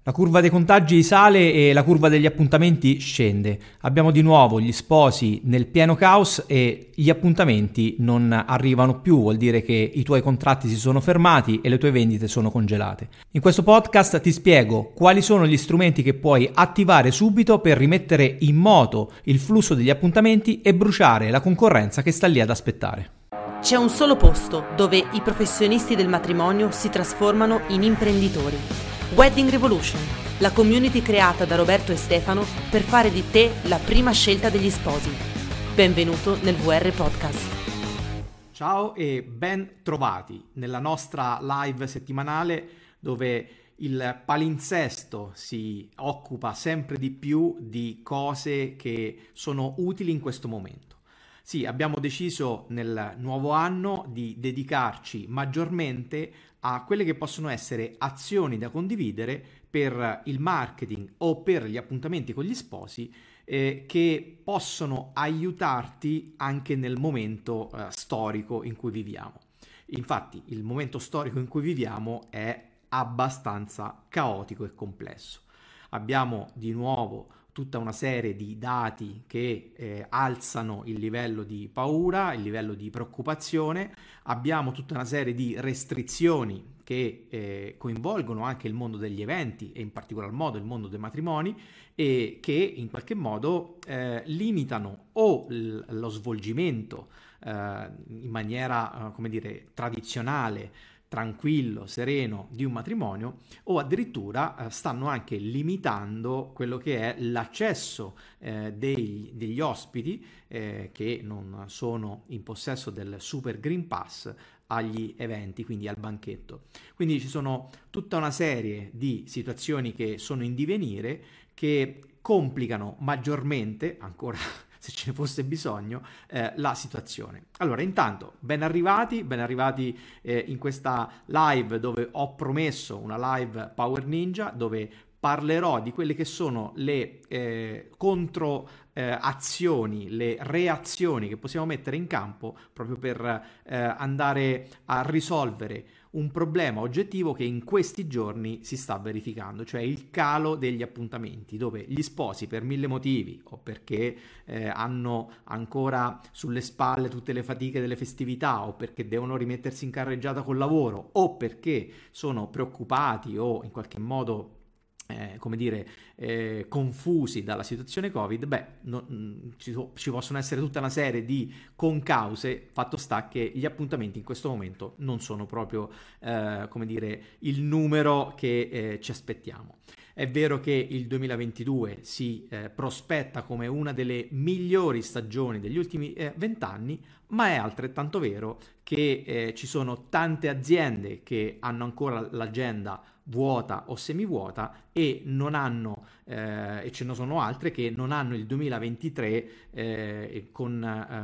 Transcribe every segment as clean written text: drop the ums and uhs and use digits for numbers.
La curva dei contagi sale e la curva degli appuntamenti scende. Abbiamo di nuovo gli sposi nel pieno caos e gli appuntamenti non arrivano più, vuol dire che i tuoi contratti si sono fermati e le tue vendite sono congelate. In questo podcast ti spiego quali sono gli strumenti che puoi attivare subito per rimettere in moto il flusso degli appuntamenti e bruciare la concorrenza che sta lì ad aspettare. C'è un solo posto dove i professionisti del matrimonio si trasformano in imprenditori. Wedding Revolution, la community creata da Roberto e Stefano per fare di te la prima scelta degli sposi. Benvenuto nel VR Podcast. Ciao e ben trovati nella nostra live settimanale dove il palinsesto si occupa sempre di più di cose che sono utili in questo momento. Sì, abbiamo deciso nel nuovo anno di dedicarci maggiormente a quelle che possono essere azioni da condividere per il marketing o per gli appuntamenti con gli sposi che possono aiutarti anche nel momento storico in cui viviamo. Infatti, il momento storico in cui viviamo è abbastanza caotico e complesso. Abbiamo di nuovo tutta una serie di dati che alzano il livello di paura, il livello di preoccupazione. Abbiamo tutta una serie di restrizioni che coinvolgono anche il mondo degli eventi e in particolar modo il mondo dei matrimoni e che in qualche modo limitano o lo svolgimento in maniera, tradizionale, tranquillo, sereno di un matrimonio o addirittura stanno anche limitando quello che è l'accesso degli ospiti che non sono in possesso del Super Green Pass agli eventi, quindi al banchetto. Quindi ci sono tutta una serie di situazioni che sono in divenire che complicano maggiormente, ancora se ce ne fosse bisogno, la situazione. Allora, intanto, ben arrivati in questa live dove ho promesso una live Power Ninja, dove parlerò di quelle che sono le azioni, le reazioni che possiamo mettere in campo proprio per andare a risolvere un problema oggettivo che in questi giorni si sta verificando, cioè il calo degli appuntamenti, dove gli sposi per mille motivi o perché hanno ancora sulle spalle tutte le fatiche delle festività o perché devono rimettersi in carreggiata col lavoro o perché sono preoccupati o in qualche modo confusi dalla situazione Covid, ci possono essere tutta una serie di concause, fatto sta che gli appuntamenti in questo momento non sono proprio il numero che ci aspettiamo. È vero che il 2022 si prospetta come una delle migliori stagioni degli ultimi 20 anni, ma è altrettanto vero che ci sono tante aziende che hanno ancora l'agenda vuota o semivuota e non hanno e ce ne sono altre che non hanno il 2023 con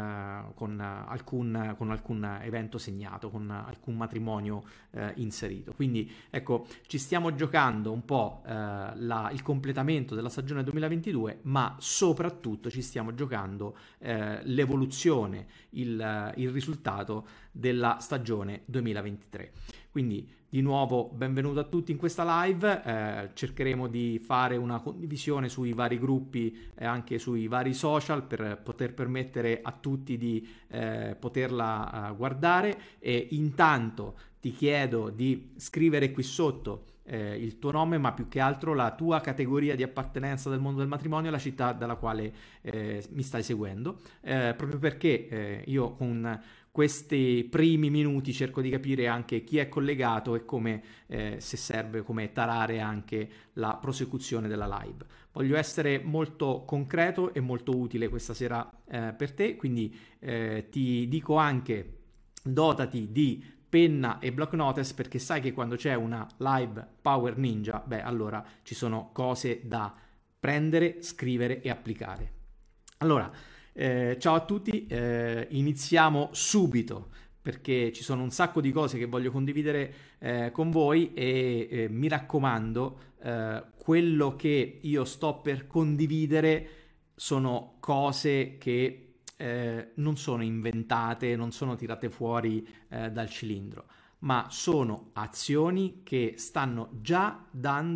alcun evento segnato, con alcun matrimonio inserito. Quindi ecco, ci stiamo giocando un po' il completamento della stagione 2022, ma soprattutto ci stiamo giocando l'evoluzione, il risultato della stagione 2023. Quindi di nuovo benvenuto a tutti in questa live, cercheremo di fare una condivisione sui vari gruppi e anche sui vari social per poter permettere a tutti di poterla guardare e intanto ti chiedo di scrivere qui sotto il tuo nome, ma più che altro la tua categoria di appartenenza del mondo del matrimonio e la città dalla quale mi stai seguendo, proprio perché io con questi primi minuti cerco di capire anche chi è collegato e come, se serve, come tarare anche la prosecuzione della live. Voglio essere molto concreto e molto utile questa sera per te, quindi ti dico anche dotati di penna e block notice, perché sai che quando c'è una live Power Ninja, allora ci sono cose da prendere, scrivere e applicare. Allora, ciao a tutti, iniziamo subito perché ci sono un sacco di cose che voglio condividere con voi e mi raccomando, quello che io sto per condividere sono cose che non sono inventate, non sono tirate fuori dal cilindro, ma sono azioni che stanno già dando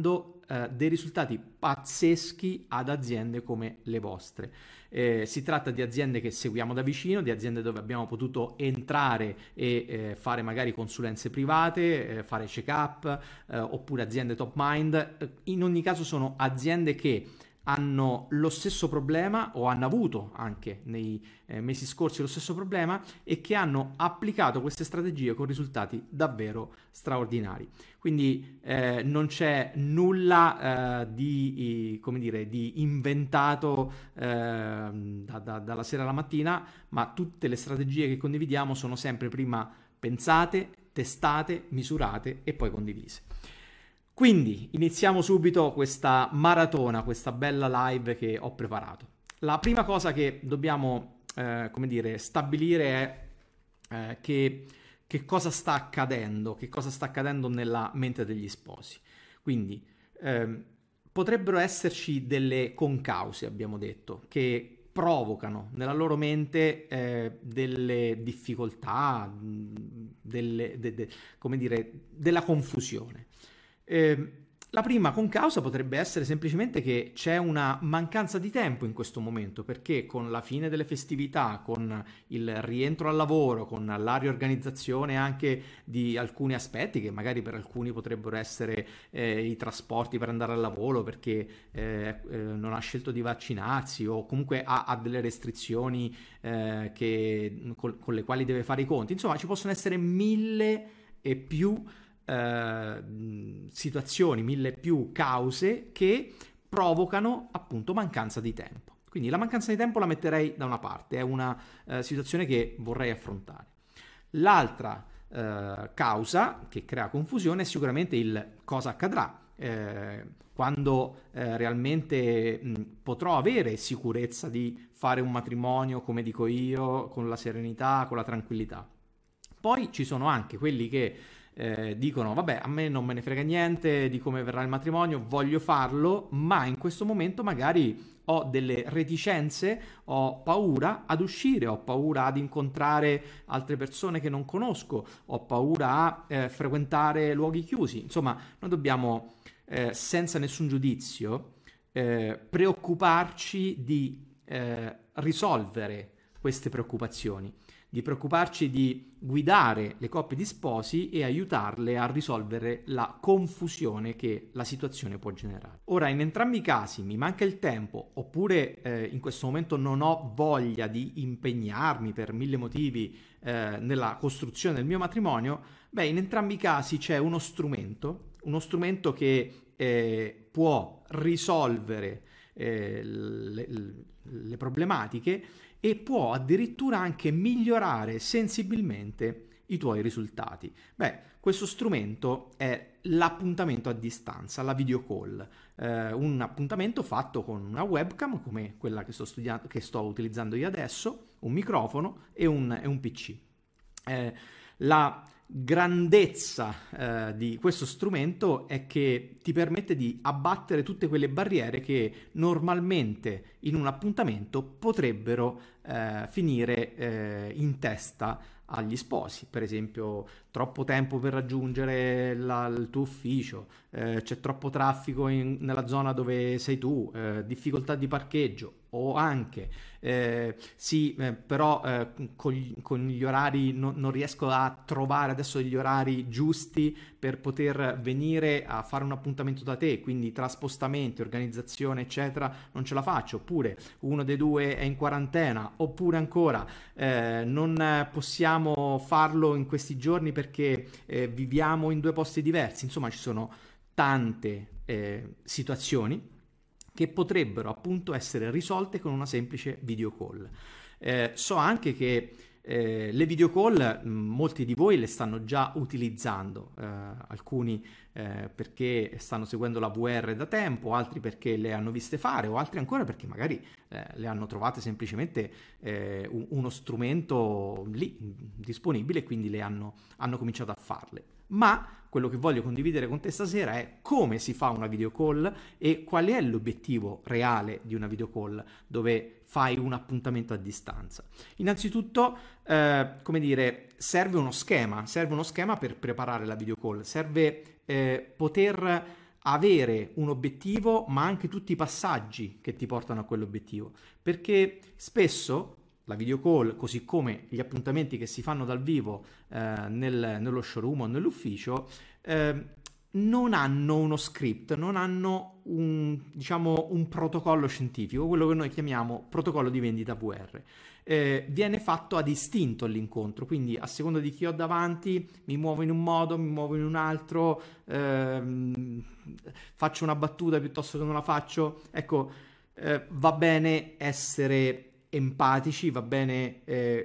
dei risultati pazzeschi ad aziende come le vostre. Si tratta di aziende che seguiamo da vicino, di aziende dove abbiamo potuto entrare e fare magari consulenze private, fare check-up, oppure aziende top mind. In ogni caso sono aziende che hanno lo stesso problema o hanno avuto anche nei mesi scorsi lo stesso problema e che hanno applicato queste strategie con risultati davvero straordinari. Quindi non c'è nulla come dire, di inventato dalla sera alla mattina, ma tutte le strategie che condividiamo sono sempre prima pensate, testate, misurate e poi condivise. Quindi iniziamo subito questa maratona, questa bella live che ho preparato. La prima cosa che dobbiamo, come dire, stabilire è che cosa sta accadendo, nella mente degli sposi. Quindi potrebbero esserci delle concause, abbiamo detto, che provocano nella loro mente delle difficoltà, come dire, della confusione. La prima concausa potrebbe essere semplicemente che c'è una mancanza di tempo in questo momento, perché con la fine delle festività, con il rientro al lavoro, con la riorganizzazione anche di alcuni aspetti che magari per alcuni potrebbero essere i trasporti per andare al lavoro perché non ha scelto di vaccinarsi o comunque ha delle restrizioni con le quali deve fare i conti. Insomma, ci possono essere mille e più situazioni, mille più cause che provocano appunto mancanza di tempo. Quindi la mancanza di tempo la metterei da una parte, è una situazione che vorrei affrontare. L'altra causa che crea confusione è sicuramente il cosa accadrà quando realmente potrò avere sicurezza di fare un matrimonio, come dico io, con la serenità, con la tranquillità. Poi ci sono anche quelli che dicono vabbè, a me non me ne frega niente di come verrà il matrimonio, voglio farlo, ma in questo momento magari ho delle reticenze, ho paura ad uscire, ho paura ad incontrare altre persone che non conosco, ho paura a frequentare luoghi chiusi. Insomma, noi dobbiamo senza nessun giudizio preoccuparci di risolvere queste preoccupazioni, di preoccuparci di guidare le coppie di sposi e aiutarle a risolvere la confusione che la situazione può generare. Ora, in entrambi i casi mi manca il tempo, oppure in questo momento non ho voglia di impegnarmi per mille motivi nella costruzione del mio matrimonio. Beh, in entrambi i casi c'è uno strumento che può risolvere le problematiche e può addirittura anche migliorare sensibilmente i tuoi risultati. Beh, questo strumento è l'appuntamento a distanza, la video call, un appuntamento fatto con una webcam come quella che sto utilizzando io adesso, un microfono e un PC. La grandezza di questo strumento è che ti permette di abbattere tutte quelle barriere che normalmente in un appuntamento potrebbero finire in testa agli sposi. Per esempio, troppo tempo per raggiungere il tuo ufficio, c'è troppo traffico nella zona dove sei tu, difficoltà di parcheggio, o anche però con gli orari non riesco a trovare adesso gli orari giusti per poter venire a fare un appuntamento da te, quindi tra spostamenti, organizzazione eccetera non ce la faccio, oppure uno dei due è in quarantena, oppure ancora non possiamo farlo in questi giorni perché viviamo in due posti diversi. Insomma, ci sono tante situazioni che potrebbero appunto essere risolte con una semplice video call. So anche che le video call molti di voi le stanno già utilizzando, alcuni perché stanno seguendo la VR da tempo, altri perché le hanno viste fare, o altri ancora perché magari le hanno trovate semplicemente uno strumento lì disponibile e quindi le hanno cominciato a farle. Ma quello che voglio condividere con te stasera è come si fa una video call e qual è l'obiettivo reale di una video call dove fai un appuntamento a distanza. Innanzitutto, come dire, serve uno schema per preparare la video call, serve poter avere un obiettivo, ma anche tutti i passaggi che ti portano a quell'obiettivo, perché spesso la video call, così come gli appuntamenti che si fanno dal vivo nello showroom o nell'ufficio, non hanno uno script, non hanno un protocollo scientifico, quello che noi chiamiamo protocollo di vendita VR. Viene fatto ad istinto l'incontro, quindi a seconda di chi ho davanti mi muovo in un modo, mi muovo in un altro, faccio una battuta piuttosto che non la faccio. Ecco, va bene essere empatici, va bene,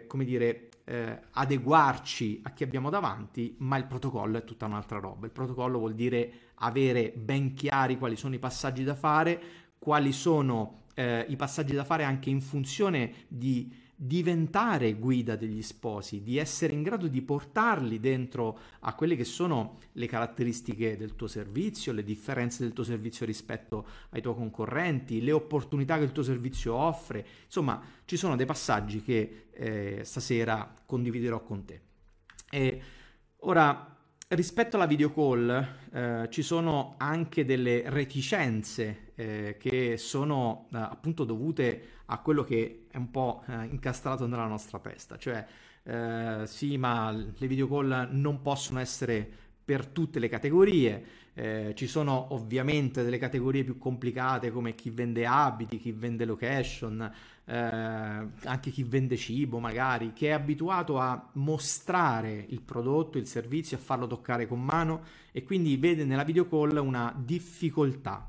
adeguarci a chi abbiamo davanti, ma il protocollo è tutta un'altra roba. Il protocollo vuol dire avere ben chiari quali sono i passaggi da fare, quali sono i passaggi da fare anche in funzione di diventare guida degli sposi, di essere in grado di portarli dentro a quelle che sono le caratteristiche del tuo servizio, le differenze del tuo servizio rispetto ai tuoi concorrenti, le opportunità che il tuo servizio offre. Insomma, ci sono dei passaggi che stasera condividerò con te. Ora, rispetto alla video call, ci sono anche delle reticenze che sono appunto dovute a quello che è un po' incastrato nella nostra testa, cioè sì, ma le video call non possono essere per tutte le categorie. Ci sono ovviamente delle categorie più complicate come chi vende abiti, chi vende location, anche chi vende cibo magari, che è abituato a mostrare il prodotto, il servizio, a farlo toccare con mano e quindi vede nella video call una difficoltà.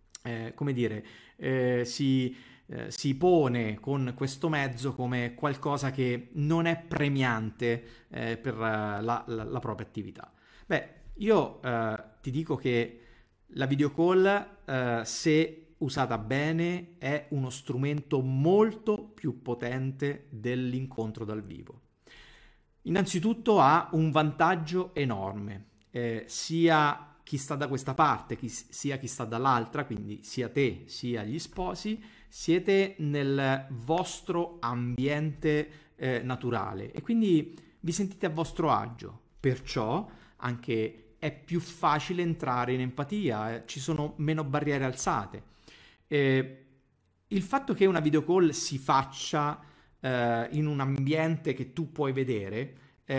Si pone con questo mezzo come qualcosa che non è premiante per la propria attività. Beh, io ti dico che la video call, se usata bene, è uno strumento molto più potente dell'incontro dal vivo. Innanzitutto ha un vantaggio enorme, sia chi sta da questa parte, sia chi sta dall'altra, quindi sia te sia gli sposi, siete nel vostro ambiente naturale e quindi vi sentite a vostro agio, perciò anche è più facile entrare in empatia, ci sono meno barriere alzate. Il fatto che una video call si faccia in un ambiente che tu puoi vedere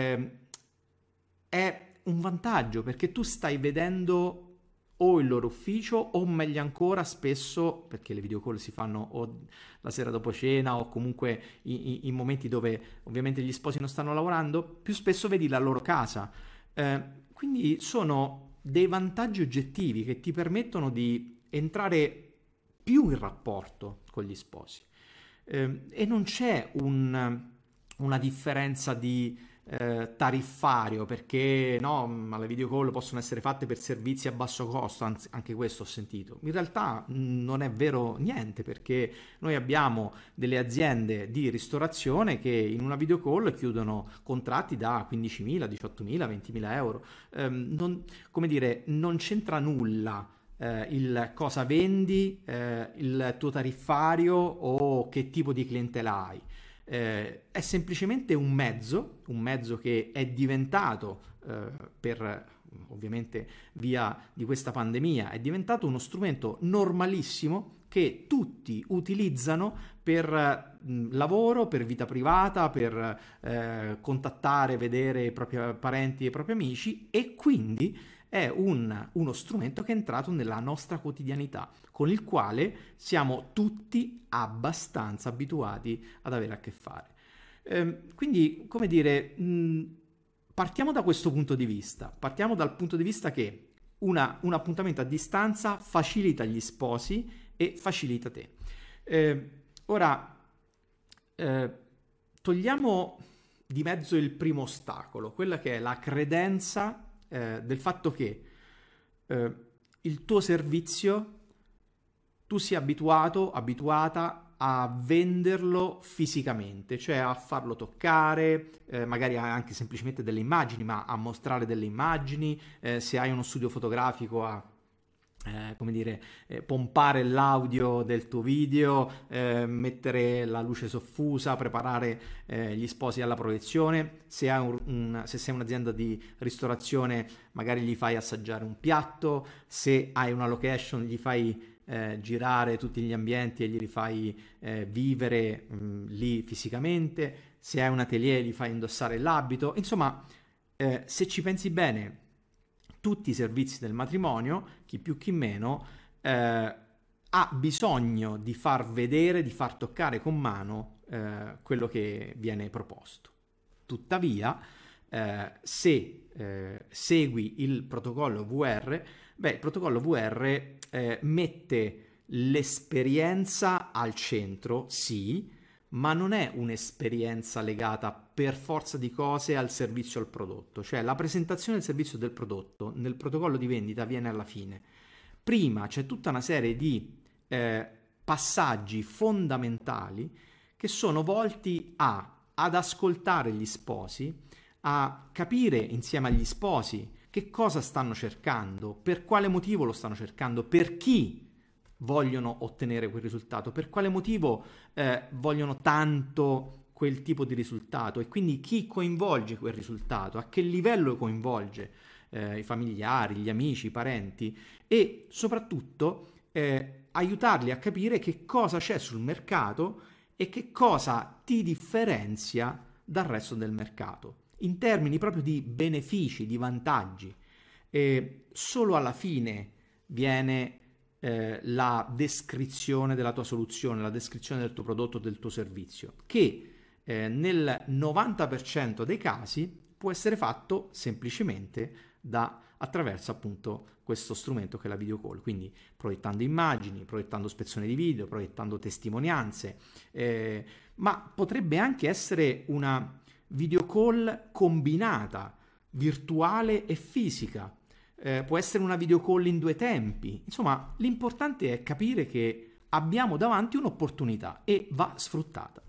è un vantaggio, perché tu stai vedendo o il loro ufficio o, meglio ancora, spesso, perché le video call si fanno o la sera dopo cena o comunque in momenti dove ovviamente gli sposi non stanno lavorando, più spesso vedi la loro casa. Quindi sono dei vantaggi oggettivi che ti permettono di entrare più in rapporto con gli sposi e non c'è una differenza di tariffario, perché no, ma le video call possono essere fatte per servizi a basso costo, anzi, anche questo ho sentito. In realtà non è vero niente, perché noi abbiamo delle aziende di ristorazione che in una video call chiudono contratti da 15.000, 18.000, 20.000 euro. Non c'entra nulla il cosa vendi, il tuo tariffario o che tipo di clientela hai. È semplicemente un mezzo che è diventato ovviamente via di questa pandemia, è diventato uno strumento normalissimo che tutti utilizzano per lavoro, per vita privata, per contattare, vedere i propri parenti e i propri amici, e quindi è uno strumento che è entrato nella nostra quotidianità, con il quale siamo tutti abbastanza abituati ad avere a che fare. Quindi, partiamo da questo punto di vista. Partiamo dal punto di vista che un appuntamento a distanza facilita gli sposi e facilita te. Togliamo di mezzo il primo ostacolo, quella che è la credenza del fatto che il tuo servizio tu sia abituata a venderlo fisicamente, cioè a farlo toccare, magari anche semplicemente delle immagini, ma a mostrare delle immagini, se hai uno studio fotografico a pompare l'audio del tuo video, mettere la luce soffusa, preparare gli sposi alla proiezione. Se sei un'azienda di ristorazione, magari gli fai assaggiare un piatto. Se hai una location, gli fai girare tutti gli ambienti e gli fai vivere lì fisicamente. Se hai un atelier, gli fai indossare l'abito. Insomma, se ci pensi bene, tutti i servizi del matrimonio, chi più chi meno, ha bisogno di far vedere, di far toccare con mano quello che viene proposto. Tuttavia, se segui il protocollo VR, il protocollo VR mette l'esperienza al centro, sì, ma non è un'esperienza legata per forza di cose al servizio, al prodotto. Cioè la presentazione del servizio del prodotto nel protocollo di vendita viene alla fine. Prima c'è tutta una serie di passaggi fondamentali che sono volti ad ascoltare gli sposi, a capire insieme agli sposi che cosa stanno cercando, per quale motivo lo stanno cercando, per chi vogliono ottenere quel risultato, per quale motivo vogliono tanto quel tipo di risultato, e quindi chi coinvolge quel risultato, a che livello coinvolge i familiari, gli amici, i parenti, e soprattutto aiutarli a capire che cosa c'è sul mercato e che cosa ti differenzia dal resto del mercato, in termini proprio di benefici, di vantaggi. E solo alla fine viene la descrizione della tua soluzione, la descrizione del tuo prodotto, del tuo servizio, che nel 90% dei casi può essere fatto semplicemente attraverso appunto questo strumento che è la video call, quindi proiettando immagini, proiettando spezzoni di video, proiettando testimonianze, ma potrebbe anche essere una video call combinata, virtuale e fisica. Può essere una video call in 2 tempi. Insomma, l'importante è capire che abbiamo davanti un'opportunità e va sfruttata.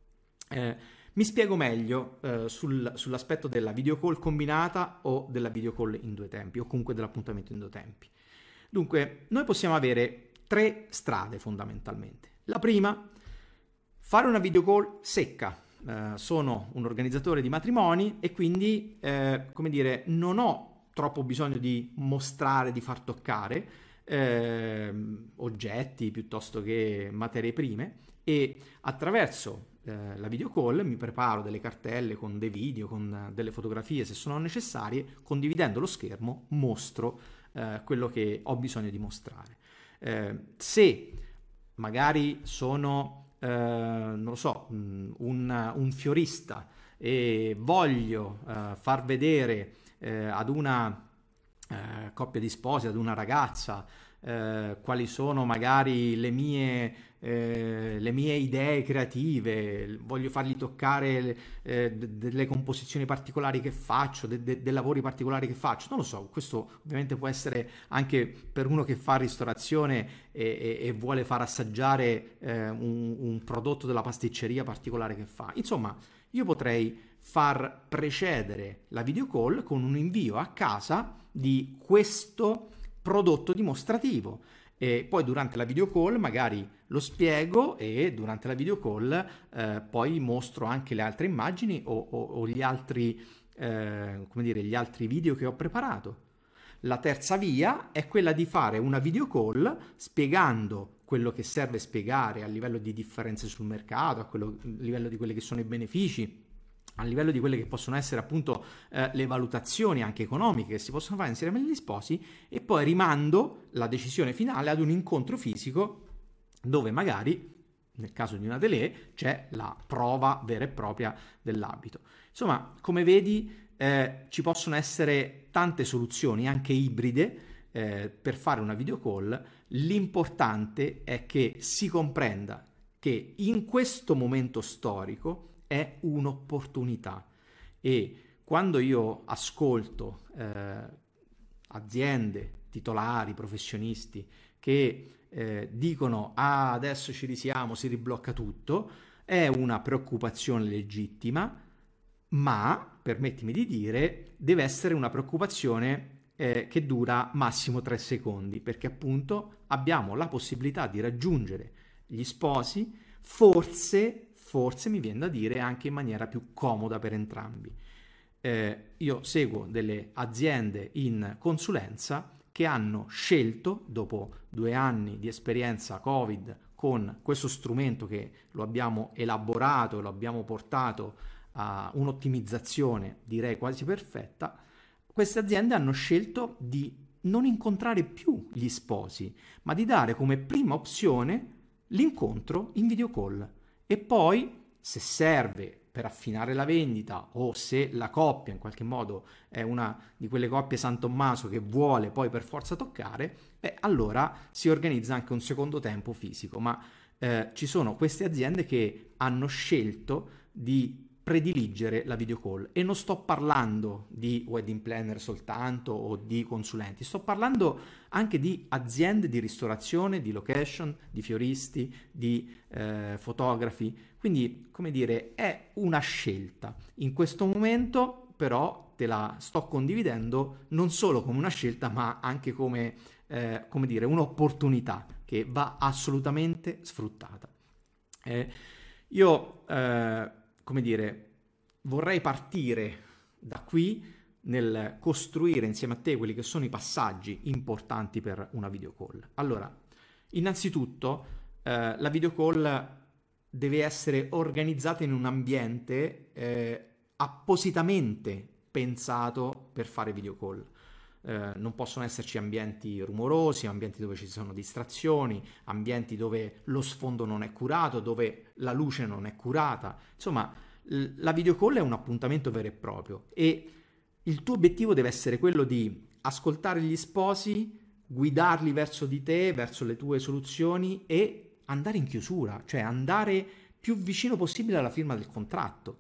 Mi spiego meglio sull'aspetto della video call combinata o della video call in 2 tempi, o comunque dell'appuntamento in 2 tempi. Dunque, noi possiamo avere 3 strade fondamentalmente. La prima, fare una video call secca. Sono un organizzatore di matrimoni e quindi, non ho troppo bisogno di mostrare, di far toccare oggetti piuttosto che materie prime, e attraverso la video call mi preparo delle cartelle con dei video, con delle fotografie se sono necessarie, condividendo lo schermo mostro quello che ho bisogno di mostrare. Se magari sono un fiorista e voglio far vedere ad una coppia di sposi, ad una ragazza, quali sono magari le mie idee creative, voglio fargli toccare delle composizioni particolari che faccio, dei lavori particolari che faccio, non lo so. Questo ovviamente può essere anche per uno che fa ristorazione e vuole far assaggiare un prodotto della pasticceria particolare che fa. Insomma, io potrei far precedere la video call con un invio a casa di questo prodotto dimostrativo, e poi durante la video call magari lo spiego, e durante la video call poi mostro anche le altre immagini o gli altri gli altri video che ho preparato. La terza via è quella di fare una video call spiegando quello che serve spiegare a livello di differenze sul mercato, a livello di quelli che sono i benefici, a livello di quelle che possono essere appunto le valutazioni anche economiche che si possono fare insieme agli sposi, e poi rimando la decisione finale ad un incontro fisico dove magari, nel caso di una télé, c'è la prova vera e propria dell'abito. Insomma, come vedi, ci possono essere tante soluzioni, anche ibride, per fare una video call. L'importante è che si comprenda che in questo momento storico è un'opportunità, e quando io ascolto aziende, titolari, professionisti che dicono adesso ci risiamo, si riblocca tutto, è una preoccupazione legittima, ma permettimi di dire, deve essere una preoccupazione che dura massimo 3 secondi, perché appunto abbiamo la possibilità di raggiungere gli sposi, forse mi viene da dire anche in maniera più comoda per entrambi. Io seguo delle aziende in consulenza che hanno scelto, dopo 2 anni di esperienza Covid, con questo strumento che lo abbiamo elaborato e lo abbiamo portato a un'ottimizzazione direi quasi perfetta, queste aziende hanno scelto di non incontrare più gli sposi, ma di dare come prima opzione l'incontro in video call. E poi, se serve per affinare la vendita o se la coppia in qualche modo è una di quelle coppie San Tommaso che vuole poi per forza toccare, allora si organizza anche un secondo tempo fisico. Ma ci sono queste aziende che hanno scelto di prediligere la video call, e non sto parlando di wedding planner soltanto o di consulenti, sto parlando anche di aziende di ristorazione, di location, di fioristi, di fotografi. Quindi, come dire, è una scelta. In questo momento però te la sto condividendo non solo come una scelta, ma anche come dire, un'opportunità che va assolutamente sfruttata. Come dire, vorrei partire da qui nel costruire insieme a te quelli che sono i passaggi importanti per una video call. Allora, innanzitutto, la video call deve essere organizzata in un ambiente appositamente pensato per fare video call. Non possono esserci ambienti rumorosi, ambienti dove ci sono distrazioni, ambienti dove lo sfondo non è curato, dove la luce non è curata. Insomma, la video call è un appuntamento vero e proprio, e il tuo obiettivo deve essere quello di ascoltare gli sposi, guidarli verso di te, verso le tue soluzioni e andare in chiusura, cioè andare più vicino possibile alla firma del contratto.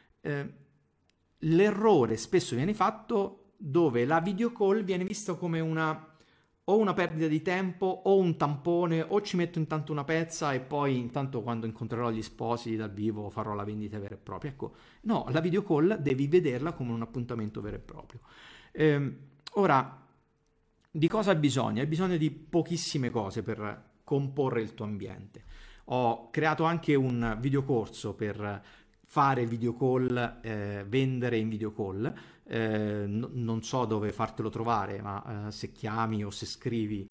L'errore spesso viene fatto dove la video call viene vista come o una perdita di tempo o un tampone, o ci metto intanto una pezza e poi intanto quando incontrerò gli sposi dal vivo farò la vendita vera e propria. Ecco, no, la video call devi vederla come un appuntamento vero e proprio. Ora, di cosa hai bisogno? Hai bisogno di pochissime cose per comporre il tuo ambiente. Ho creato anche un videocorso per fare video call, vendere in video call. Non so dove fartelo trovare, ma se chiami o se scrivi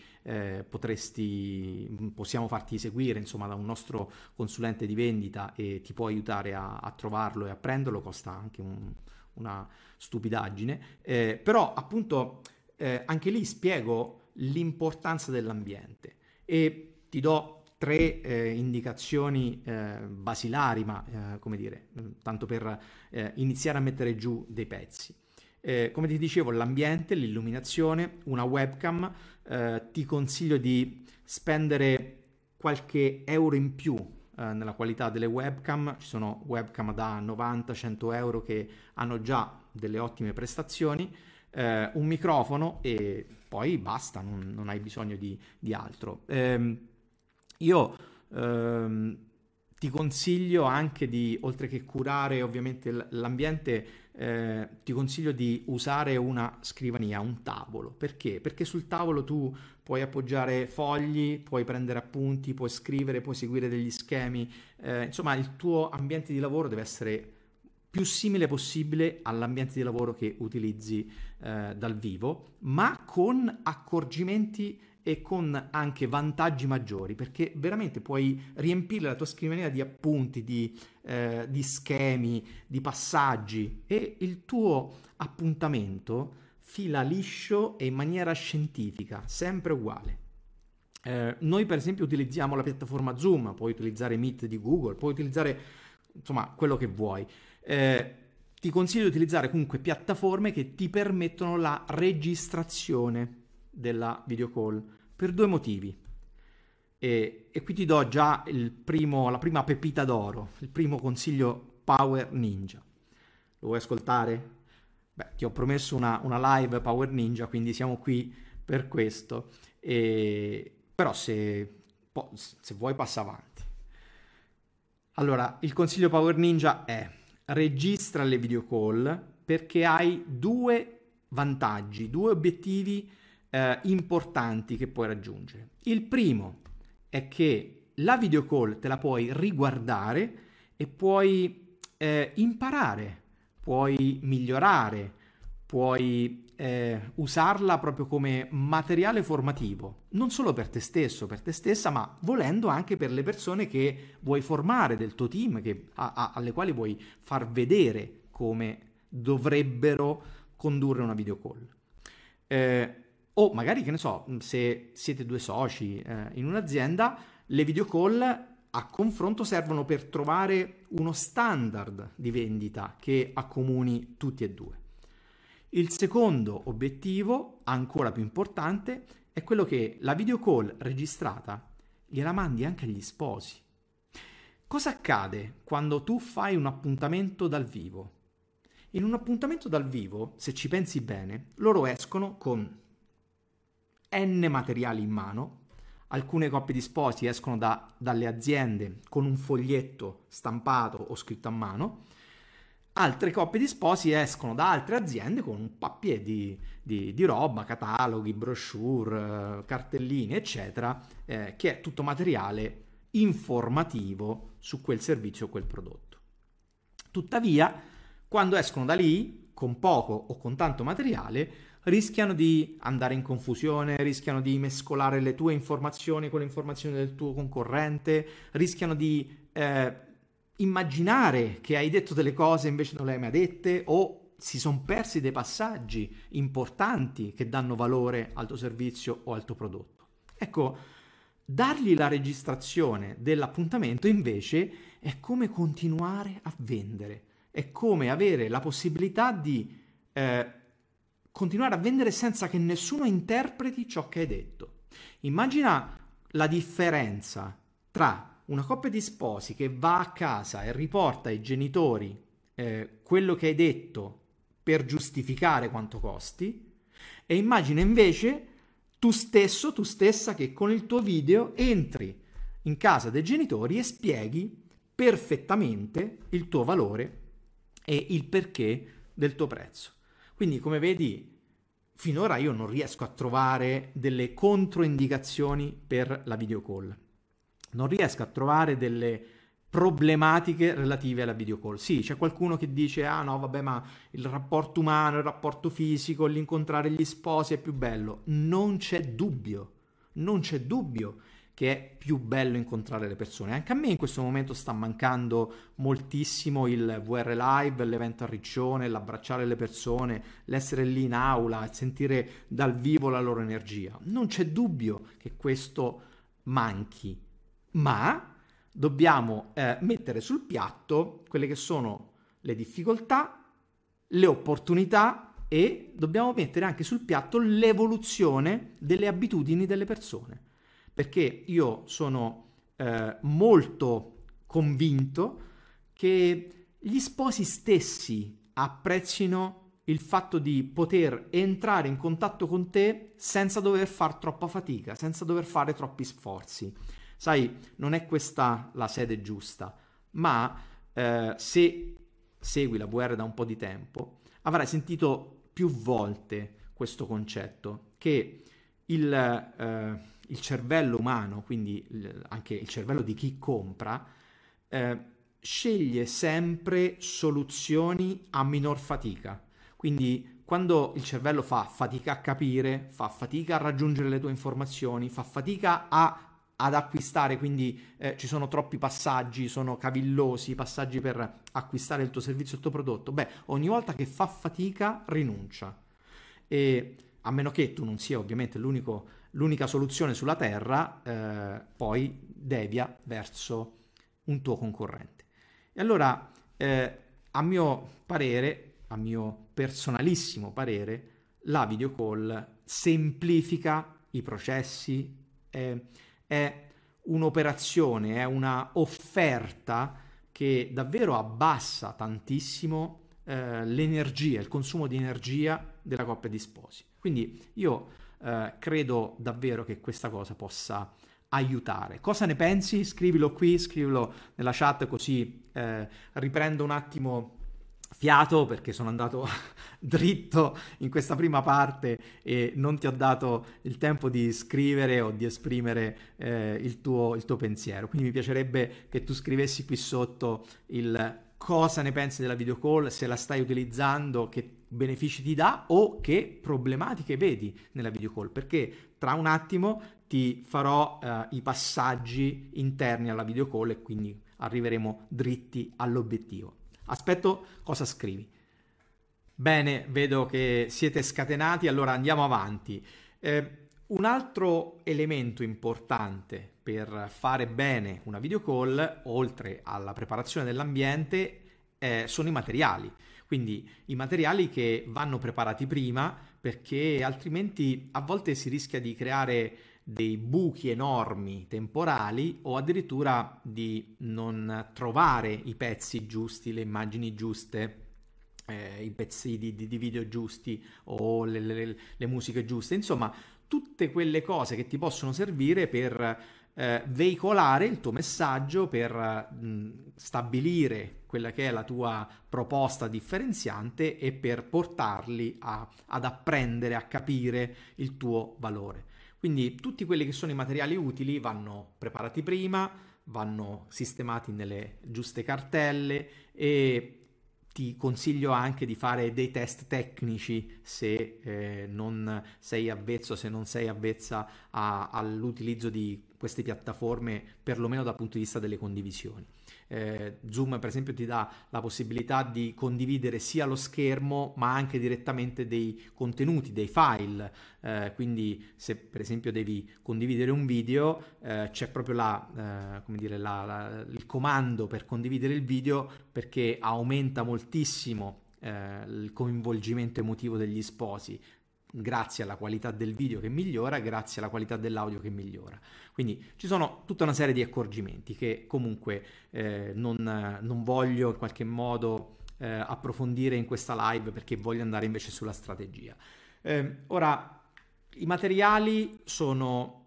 possiamo farti seguire insomma da un nostro consulente di vendita e ti può aiutare a trovarlo e a prenderlo. Costa anche una stupidaggine, però appunto anche lì spiego l'importanza dell'ambiente e ti do 3 indicazioni basilari, ma come dire, tanto per iniziare a mettere giù dei pezzi. Come ti dicevo, l'ambiente, l'illuminazione, una webcam. Ti consiglio di spendere qualche euro in più nella qualità delle webcam. Ci sono webcam da 90-100 euro che hanno già delle ottime prestazioni, un microfono e poi basta, non hai bisogno di altro. Io ti consiglio anche di, oltre che curare ovviamente l'ambiente, ti consiglio di usare una scrivania, un tavolo. Perché? Perché sul tavolo tu puoi appoggiare fogli, puoi prendere appunti, puoi scrivere, puoi seguire degli schemi. Insomma, il tuo ambiente di lavoro deve essere più simile possibile all'ambiente di lavoro che utilizzi dal vivo, ma con accorgimenti e con anche vantaggi maggiori, perché veramente puoi riempire la tua scrivania di appunti, di schemi, di passaggi, e il tuo appuntamento fila liscio e in maniera scientifica, sempre uguale. Noi per esempio utilizziamo la piattaforma Zoom, puoi utilizzare Meet di Google, puoi utilizzare insomma quello che vuoi. Ti consiglio di utilizzare comunque piattaforme che ti permettono la registrazione della video call per 2 motivi, e qui ti do già la prima pepita d'oro, il primo consiglio Power Ninja. Lo vuoi ascoltare? Beh, ti ho promesso una live Power Ninja, quindi siamo qui per questo, però se vuoi passa avanti. Allora, il consiglio Power Ninja è: registra le video call, perché hai 2 vantaggi, 2 obiettivi importanti che puoi raggiungere. Il primo è che la video call te la puoi riguardare e puoi imparare, puoi migliorare, puoi usarla proprio come materiale formativo, non solo per te stesso, per te stessa, ma volendo anche per le persone che vuoi formare del tuo team, alle quali vuoi far vedere come dovrebbero condurre una video call. O magari, che ne so, se siete 2 soci in un'azienda, le video call a confronto servono per trovare uno standard di vendita che accomuni tutti e 2. Il secondo obiettivo, ancora più importante, è quello che la video call registrata gliela mandi anche agli sposi. Cosa accade quando tu fai un appuntamento dal vivo? In un appuntamento dal vivo, se ci pensi bene, loro escono con N materiali in mano. Alcune coppie di sposi escono dalle aziende con un foglietto stampato o scritto a mano. Altre coppie di sposi escono da altre aziende con un papier di roba, cataloghi, brochure, cartellini, eccetera, che è tutto materiale informativo su quel servizio o quel prodotto. Tuttavia, quando escono da lì, con poco o con tanto materiale, rischiano di andare in confusione, rischiano di mescolare le tue informazioni con le informazioni del tuo concorrente, rischiano di immaginare che hai detto delle cose invece non le hai mai dette, o si sono persi dei passaggi importanti che danno valore al tuo servizio o al tuo prodotto. Ecco, dargli la registrazione dell'appuntamento invece è come continuare a vendere, è come avere la possibilità di continuare a vendere senza che nessuno interpreti ciò che hai detto. Immagina la differenza tra una coppia di sposi che va a casa e riporta ai genitori quello che hai detto per giustificare quanto costi, e immagina invece tu stesso, tu stessa, che con il tuo video entri in casa dei genitori e spieghi perfettamente il tuo valore e il perché del tuo prezzo. Quindi, come vedi, finora io non riesco a trovare delle controindicazioni per la video call. Non riesco a trovare delle problematiche relative alla video call. Sì, c'è qualcuno che dice: ah no, vabbè, ma il rapporto umano, il rapporto fisico, l'incontrare gli sposi è più bello. Non c'è dubbio che è più bello incontrare le persone. Anche a me in questo momento sta mancando moltissimo il VR Live, l'evento a Riccione, l'abbracciare le persone, l'essere lì in aula, sentire dal vivo la loro energia. Non c'è dubbio che questo manchi, ma dobbiamo mettere sul piatto quelle che sono le difficoltà, le opportunità, e dobbiamo mettere anche sul piatto l'evoluzione delle abitudini delle persone. Perché io sono molto convinto che gli sposi stessi apprezzino il fatto di poter entrare in contatto con te senza dover fare troppa fatica, senza dover fare troppi sforzi. Sai, non è questa la sede giusta, ma se segui la VR da un po' di tempo, avrai sentito più volte questo concetto, che il cervello umano, quindi anche il cervello di chi compra, sceglie sempre soluzioni a minor fatica. Quindi quando il cervello fa fatica a capire, fa fatica a raggiungere le tue informazioni, fa fatica ad acquistare, quindi ci sono troppi passaggi, sono cavillosi i passaggi per acquistare il tuo servizio o il tuo prodotto, ogni volta che fa fatica rinuncia. E a meno che tu non sia ovviamente l'unica soluzione sulla terra, poi devia verso un tuo concorrente. E allora, a mio parere, a mio personalissimo parere, la video call semplifica i processi, è un'operazione, è una offerta che davvero abbassa tantissimo l'energia, il consumo di energia della coppia di sposi. Quindi io credo davvero che questa cosa possa aiutare. Cosa ne pensi? Scrivilo qui, scrivilo nella chat, così riprendo un attimo fiato perché sono andato dritto in questa prima parte e non ti ho dato il tempo di scrivere o di esprimere il tuo pensiero. Quindi mi piacerebbe che tu scrivessi qui sotto il cosa ne pensi della video call, se la stai utilizzando, che benefici ti dà o che problematiche vedi nella video call, perché tra un attimo ti farò i passaggi interni alla video call e quindi arriveremo dritti all'obiettivo. Aspetto cosa scrivi. Bene, vedo che siete scatenati, allora andiamo avanti. Un altro elemento importante per fare bene una video call, oltre alla preparazione dell'ambiente, sono i materiali. Quindi i materiali che vanno preparati prima, perché altrimenti a volte si rischia di creare dei buchi enormi temporali o addirittura di non trovare i pezzi giusti, le immagini giuste, i pezzi di video giusti o le musiche giuste, insomma tutte quelle cose che ti possono servire per veicolare il tuo messaggio, per stabilire quella che è la tua proposta differenziante e per portarli ad apprendere, a capire il tuo valore. Quindi tutti quelli che sono i materiali utili vanno preparati prima, vanno sistemati nelle giuste cartelle e ti consiglio anche di fare dei test tecnici se non sei avvezzo, se non sei avvezza all'utilizzo di queste piattaforme, perlomeno dal punto di vista delle condivisioni. Zoom per esempio ti dà la possibilità di condividere sia lo schermo ma anche direttamente dei contenuti, dei file, quindi se per esempio devi condividere un video c'è proprio il comando per condividere il video, perché aumenta moltissimo il coinvolgimento emotivo degli sposi grazie alla qualità del video che migliora, grazie alla qualità dell'audio che migliora. Quindi ci sono tutta una serie di accorgimenti che comunque non voglio in qualche modo approfondire in questa live, perché voglio andare invece sulla strategia. Ora, i materiali sono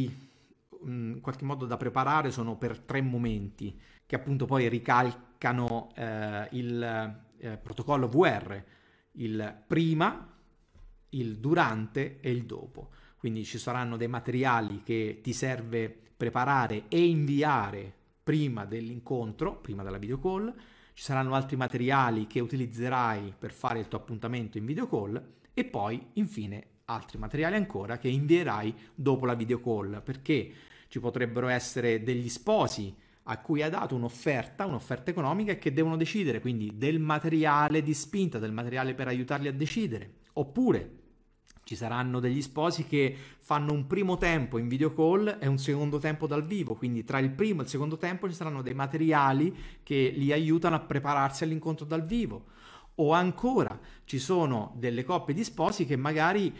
in qualche modo da preparare, sono per 3 momenti che appunto poi ricalcano il protocollo VR: il prima, il durante e il dopo. Quindi ci saranno dei materiali che ti serve preparare e inviare prima dell'incontro, prima della video call. Ci saranno altri materiali che utilizzerai per fare il tuo appuntamento in video call e poi infine altri materiali ancora che invierai dopo la video call, perché ci potrebbero essere degli sposi a cui hai dato un'offerta economica e che devono decidere, quindi del materiale di spinta, del materiale per aiutarli a decidere. Oppure ci saranno degli sposi che fanno un primo tempo in video call e un secondo tempo dal vivo, quindi tra il primo e il secondo tempo ci saranno dei materiali che li aiutano a prepararsi all'incontro dal vivo. O ancora ci sono delle coppie di sposi che magari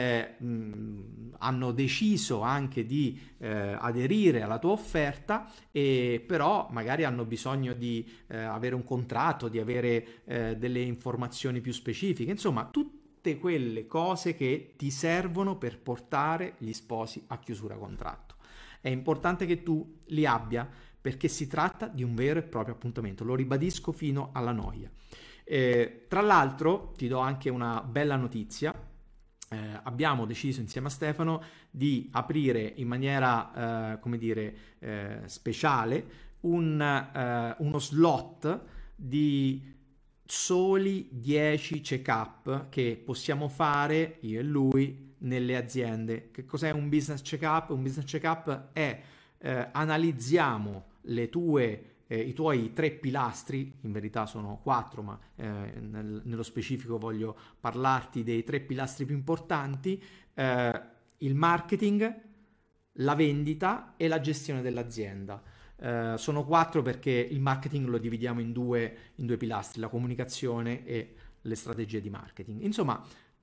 hanno deciso anche di aderire alla tua offerta, e però magari hanno bisogno di avere un contratto, di avere delle informazioni più specifiche, insomma tutte quelle cose che ti servono per portare gli sposi a chiusura contratto. È importante che tu li abbia, perché si tratta di un vero e proprio appuntamento, lo ribadisco fino alla noia. Tra l'altro ti do anche una bella notizia: abbiamo deciso insieme a Stefano di aprire in maniera speciale uno slot di soli 10 check-up che possiamo fare io e lui nelle aziende. Che cos'è un business check-up? Un business check-up è analizziamo i tuoi 3 pilastri, in verità sono 4, ma nello specifico voglio parlarti dei 3 pilastri più importanti: il marketing, la vendita e la gestione dell'azienda. Sono 4 perché il marketing lo dividiamo in due pilastri: la comunicazione e le strategie di marketing. Insomma,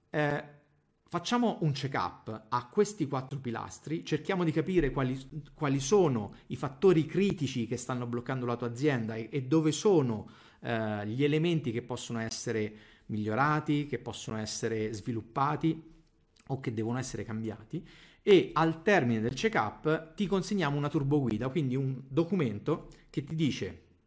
facciamo un check-up a questi 4 pilastri, cerchiamo di capire quali sono i fattori critici che stanno bloccando la tua azienda e dove sono gli elementi che possono essere migliorati, che possono essere sviluppati o che devono essere cambiati. E al termine del check-up ti consegniamo una turboguida, quindi un documento che ti dice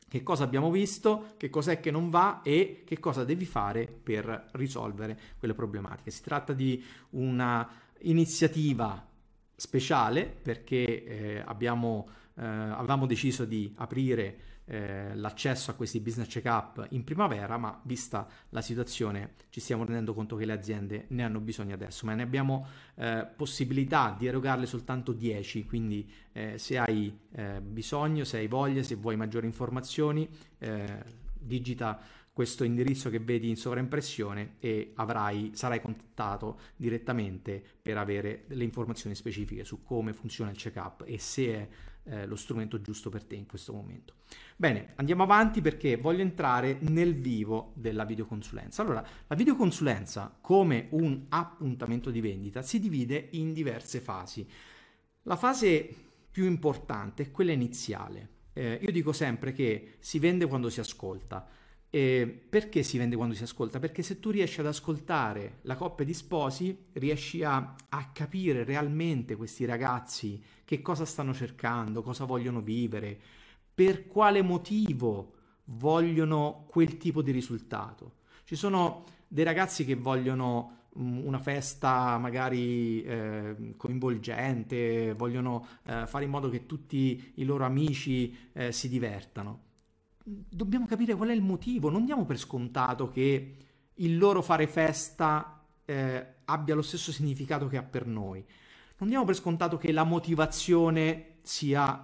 che cosa abbiamo visto, che cos'è che non va e che cosa devi fare per risolvere quelle problematiche. Si tratta di una iniziativa speciale perché avevamo deciso di aprire l'accesso a questi business check-up in primavera, ma vista la situazione ci stiamo rendendo conto che le aziende ne hanno bisogno adesso, ma ne abbiamo possibilità di erogarle soltanto 10, quindi se hai bisogno, se hai voglia, se vuoi maggiori informazioni, digita questo indirizzo che vedi in sovraimpressione e sarai contattato direttamente per avere delle informazioni specifiche su come funziona il check-up e se è lo strumento giusto per te in questo momento. Bene, andiamo avanti perché voglio entrare nel vivo della videoconsulenza. Allora, la videoconsulenza come un appuntamento di vendita si divide in diverse fasi. La fase più importante è quella iniziale. Io dico sempre che si vende quando si ascolta. Perché si vende quando si ascolta? Perché se tu riesci ad ascoltare la coppia di sposi, riesci a capire realmente questi ragazzi che cosa stanno cercando, cosa vogliono vivere, per quale motivo vogliono quel tipo di risultato. Ci sono dei ragazzi che vogliono una festa magari coinvolgente, vogliono fare in modo che tutti i loro amici si divertano. Dobbiamo capire qual è il motivo, non diamo per scontato che il loro fare festa abbia lo stesso significato che ha per noi. Non diamo per scontato che la motivazione sia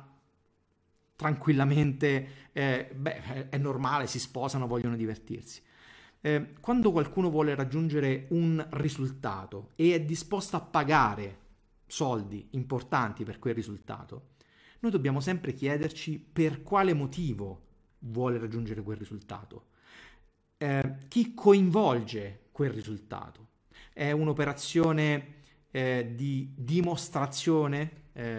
tranquillamente, è normale, si sposano, vogliono divertirsi. Quando qualcuno vuole raggiungere un risultato e è disposto a pagare soldi importanti per quel risultato, noi dobbiamo sempre chiederci per quale motivo vuole raggiungere quel risultato. Chi coinvolge quel risultato? È un'operazione di dimostrazione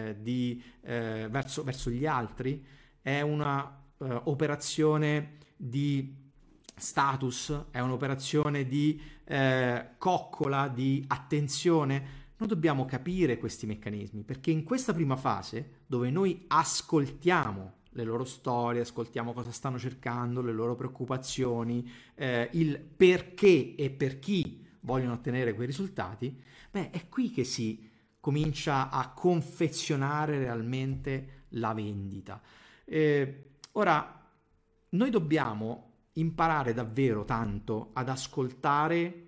verso gli altri? È una operazione di status? È un'operazione di coccola, di attenzione? Noi dobbiamo capire questi meccanismi perché in questa prima fase, dove noi ascoltiamo le loro storie, ascoltiamo cosa stanno cercando, le loro preoccupazioni, il perché e per chi vogliono ottenere quei risultati, è qui che si comincia a confezionare realmente la vendita. Ora, noi dobbiamo imparare davvero tanto ad ascoltare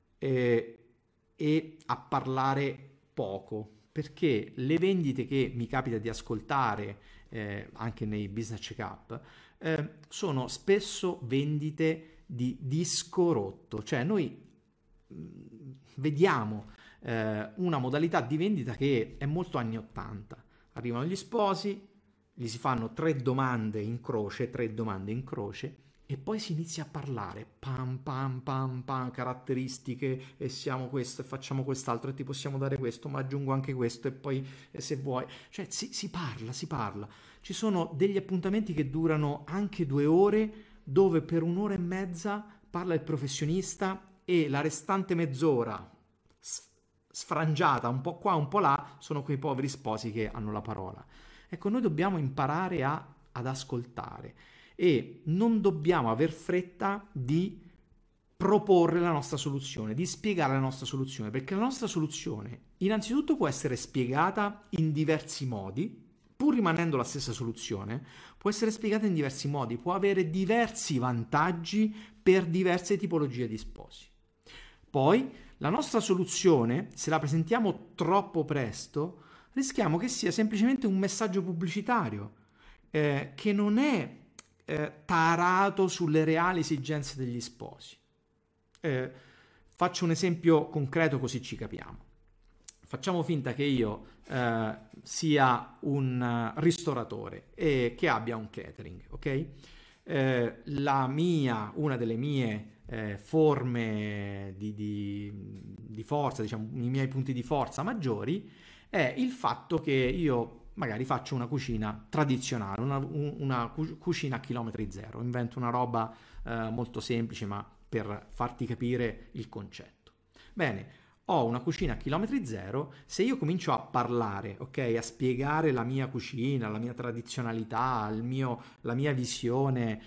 e a parlare poco, perché le vendite che mi capita di ascoltare anche nei business check-up sono spesso vendite di disco rotto, cioè noi vediamo una modalità di vendita che è molto anni 80. Arrivano gli sposi, gli si fanno 3 domande in croce e poi si inizia a parlare pam pam pam pam, caratteristiche, e siamo questo e facciamo quest'altro e ti possiamo dare questo, ma aggiungo anche questo e poi se vuoi, cioè si parla. Ci sono degli appuntamenti che durano anche 2 ore, dove per 1 ora e mezza parla il professionista e la restante mezz'ora sfrangiata un po' qua un po' là sono quei poveri sposi che hanno la parola. Ecco, noi dobbiamo imparare ad ascoltare e non dobbiamo aver fretta di proporre la nostra soluzione, di spiegare la nostra soluzione, perché la nostra soluzione innanzitutto può essere spiegata in diversi modi, pur rimanendo la stessa soluzione, può essere spiegata in diversi modi, può avere diversi vantaggi per diverse tipologie di sposi. Poi la nostra soluzione, se la presentiamo troppo presto, rischiamo che sia semplicemente un messaggio pubblicitario che non è tarato sulle reali esigenze degli sposi. Faccio un esempio concreto così ci capiamo. Facciamo finta che io sia un ristoratore e che abbia un catering, ok? Una delle mie forme di forza, diciamo, i miei punti di forza maggiori è il fatto che io magari faccio una cucina tradizionale, una cucina a chilometri zero, invento una roba molto semplice ma per farti capire il concetto. Bene, ho una cucina a chilometri zero, se io comincio a parlare, ok, a spiegare la mia cucina, la mia tradizionalità, la mia visione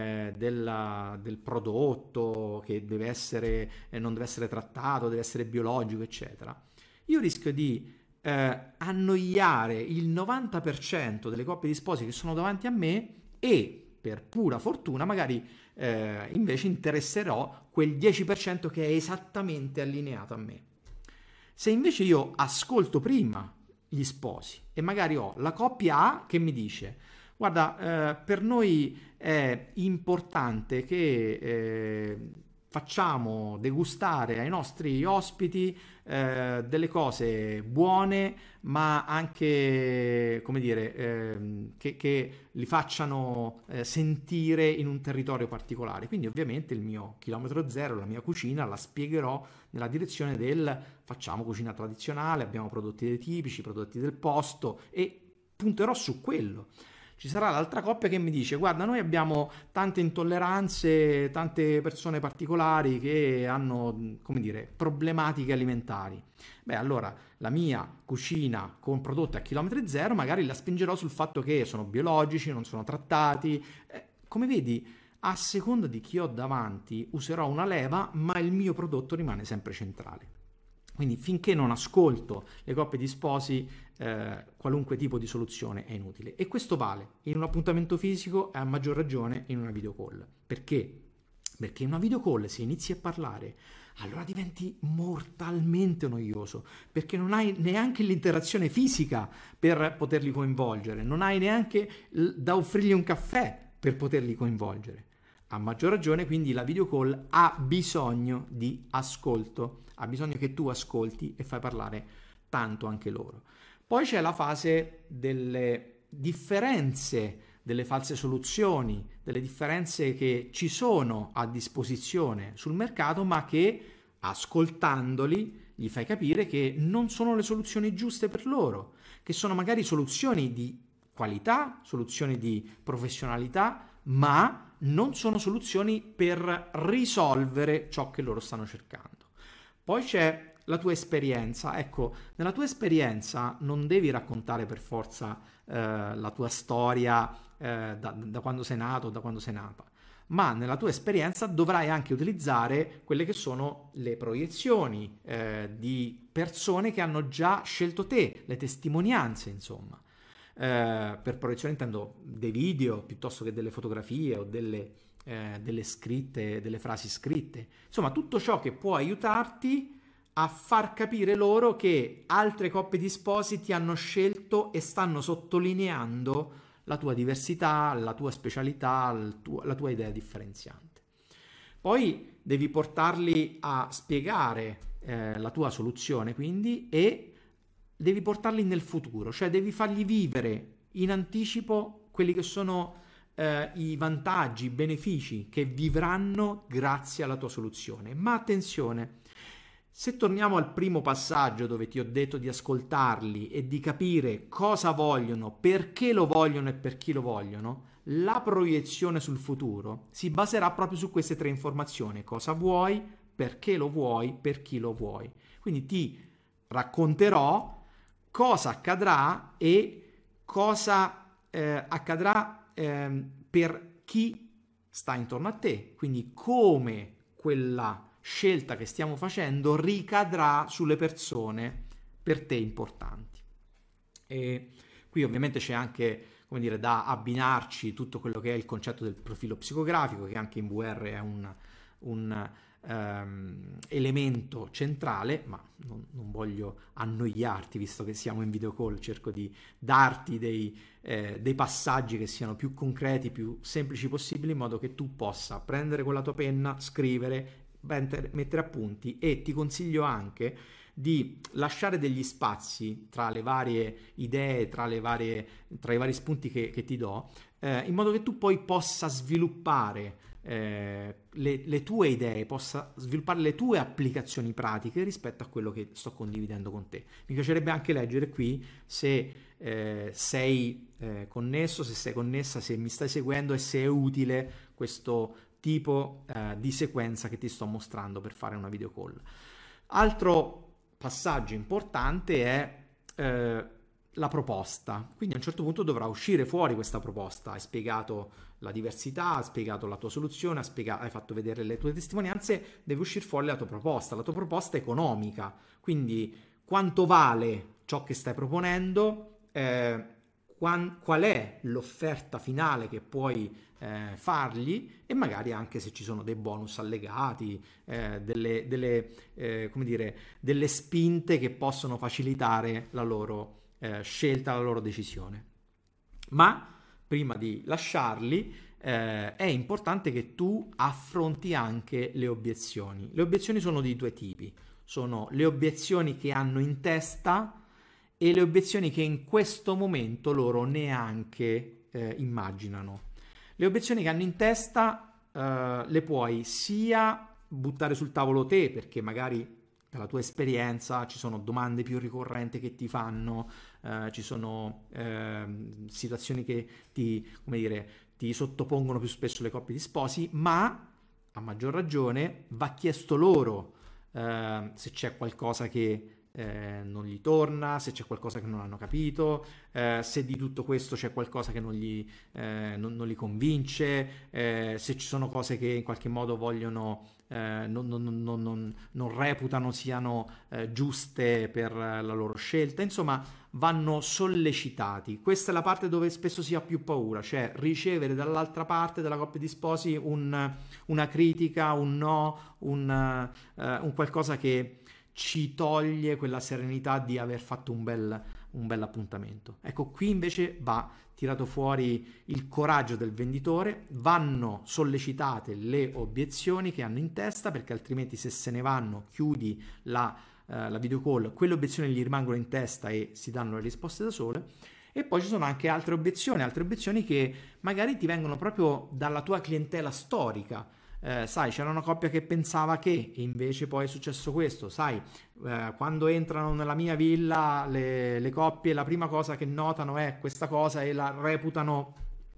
del prodotto che deve essere, non deve essere trattato, deve essere biologico, eccetera, io rischio di annoiare il 90% delle coppie di sposi che sono davanti a me e per pura fortuna magari invece interesserò quel 10% che è esattamente allineato a me. Se invece io ascolto prima gli sposi e magari ho la coppia A che mi dice: guarda, per noi è importante che facciamo degustare ai nostri ospiti delle cose buone, ma anche, come dire, che li facciano sentire in un territorio particolare. Quindi ovviamente il mio chilometro zero, la mia cucina, la spiegherò nella direzione del facciamo cucina tradizionale, abbiamo prodotti tipici, prodotti del posto, e punterò su quello. Ci sarà l'altra coppia che mi dice: guarda, noi abbiamo tante intolleranze, tante persone particolari che hanno, come dire, problematiche alimentari. Beh, allora la mia cucina con prodotti a chilometri zero magari la spingerò sul fatto che sono biologici, non sono trattati. Come vedi, a seconda di chi ho davanti userò una leva, ma il mio prodotto rimane sempre centrale. Quindi finché non ascolto le coppie di sposi, qualunque tipo di soluzione è inutile. E questo vale in un appuntamento fisico e a maggior ragione in una video call. Perché? Perché in una video call, se inizi a parlare, allora diventi mortalmente noioso, perché non hai neanche l'interazione fisica per poterli coinvolgere, non hai neanche da offrirgli un caffè per poterli coinvolgere. A maggior ragione, quindi, la video call ha bisogno di ascolto, ha bisogno che tu ascolti e fai parlare tanto anche loro. Poi c'è la fase delle differenze, delle false soluzioni, delle differenze che ci sono a disposizione sul mercato, ma che ascoltandoli gli fai capire che non sono le soluzioni giuste per loro, che sono magari soluzioni di qualità, soluzioni di professionalità, ma non sono soluzioni per risolvere ciò che loro stanno cercando. Poi c'è la tua esperienza. Ecco, nella tua esperienza non devi raccontare per forza la tua storia da quando sei nato o da quando sei nata, ma nella tua esperienza dovrai anche utilizzare quelle che sono le proiezioni di persone che hanno già scelto te, le testimonianze, insomma. Per proiezione intendo dei video piuttosto che delle fotografie o delle scritte, delle frasi scritte, insomma tutto ciò che può aiutarti a far capire loro che altre coppie di sposi ti hanno scelto e stanno sottolineando la tua diversità, la tua specialità, la tua idea differenziante. Poi devi portarli a spiegare la tua soluzione, quindi, e devi portarli nel futuro, cioè devi fargli vivere in anticipo quelli che sono i vantaggi, i benefici che vivranno grazie alla tua soluzione. Ma attenzione, se torniamo al primo passaggio dove ti ho detto di ascoltarli e di capire cosa vogliono, perché lo vogliono e per chi lo vogliono, la proiezione sul futuro si baserà proprio su queste tre informazioni: cosa vuoi, perché lo vuoi, per chi lo vuoi. Quindi ti racconterò cosa accadrà e cosa accadrà per chi sta intorno a te, quindi come quella scelta che stiamo facendo ricadrà sulle persone per te importanti. E qui ovviamente c'è anche, come dire, da abbinarci tutto quello che è il concetto del profilo psicografico, che anche in VR è un elemento centrale, ma non voglio annoiarti visto che siamo in video call, cerco di darti dei passaggi che siano più concreti, più semplici possibili, in modo che tu possa prendere con la tua penna, scrivere, mettere appunti, e ti consiglio anche di lasciare degli spazi tra le varie idee, tra i vari spunti che ti do, in modo che tu poi possa sviluppare le tue idee, possa sviluppare le tue applicazioni pratiche rispetto a quello che sto condividendo con te. Mi piacerebbe anche leggere qui se sei connesso, se sei connessa, se mi stai seguendo e se è utile questo tipo di sequenza che ti sto mostrando per fare una video call. Altro passaggio importante è la proposta. Quindi a un certo punto dovrà uscire fuori questa proposta. Hai spiegato la diversità, hai spiegato la tua soluzione, hai fatto vedere le tue testimonianze, deve uscire fuori la tua proposta economica. Quindi quanto vale ciò che stai proponendo, qual è l'offerta finale che puoi fargli, e magari anche se ci sono dei bonus allegati, come dire, delle spinte che possono facilitare la loro scelta, la loro decisione. Ma prima di lasciarli è importante che tu affronti anche le obiezioni. Le obiezioni sono di due tipi: sono le obiezioni che hanno in testa e le obiezioni che in questo momento loro neanche immaginano. Le obiezioni che hanno in testa le puoi sia buttare sul tavolo te, perché magari dalla tua esperienza ci sono domande più ricorrenti che ti fanno, ci sono situazioni che come dire, ti sottopongono più spesso le coppie di sposi, ma a maggior ragione va chiesto loro se c'è qualcosa che non gli torna, se c'è qualcosa che non hanno capito, se di tutto questo c'è qualcosa che non li convince, se ci sono cose che in qualche modo vogliono, non reputano siano giuste per la loro scelta. Insomma, vanno sollecitati. Questa è la parte dove spesso si ha più paura, cioè ricevere dall'altra parte della coppia di sposi una critica, un no, un qualcosa che ci toglie quella serenità di aver fatto un bel appuntamento. Ecco, qui invece va tirato fuori il coraggio del venditore, vanno sollecitate le obiezioni che hanno in testa, perché altrimenti se se ne vanno, chiudi la video call, quelle obiezioni gli rimangono in testa e si danno le risposte da sole. E poi ci sono anche altre obiezioni che magari ti vengono proprio dalla tua clientela storica. Sai, c'era una coppia che pensava che, e invece poi è successo questo. Sai, quando entrano nella mia villa le coppie, la prima cosa che notano è questa cosa e la reputano,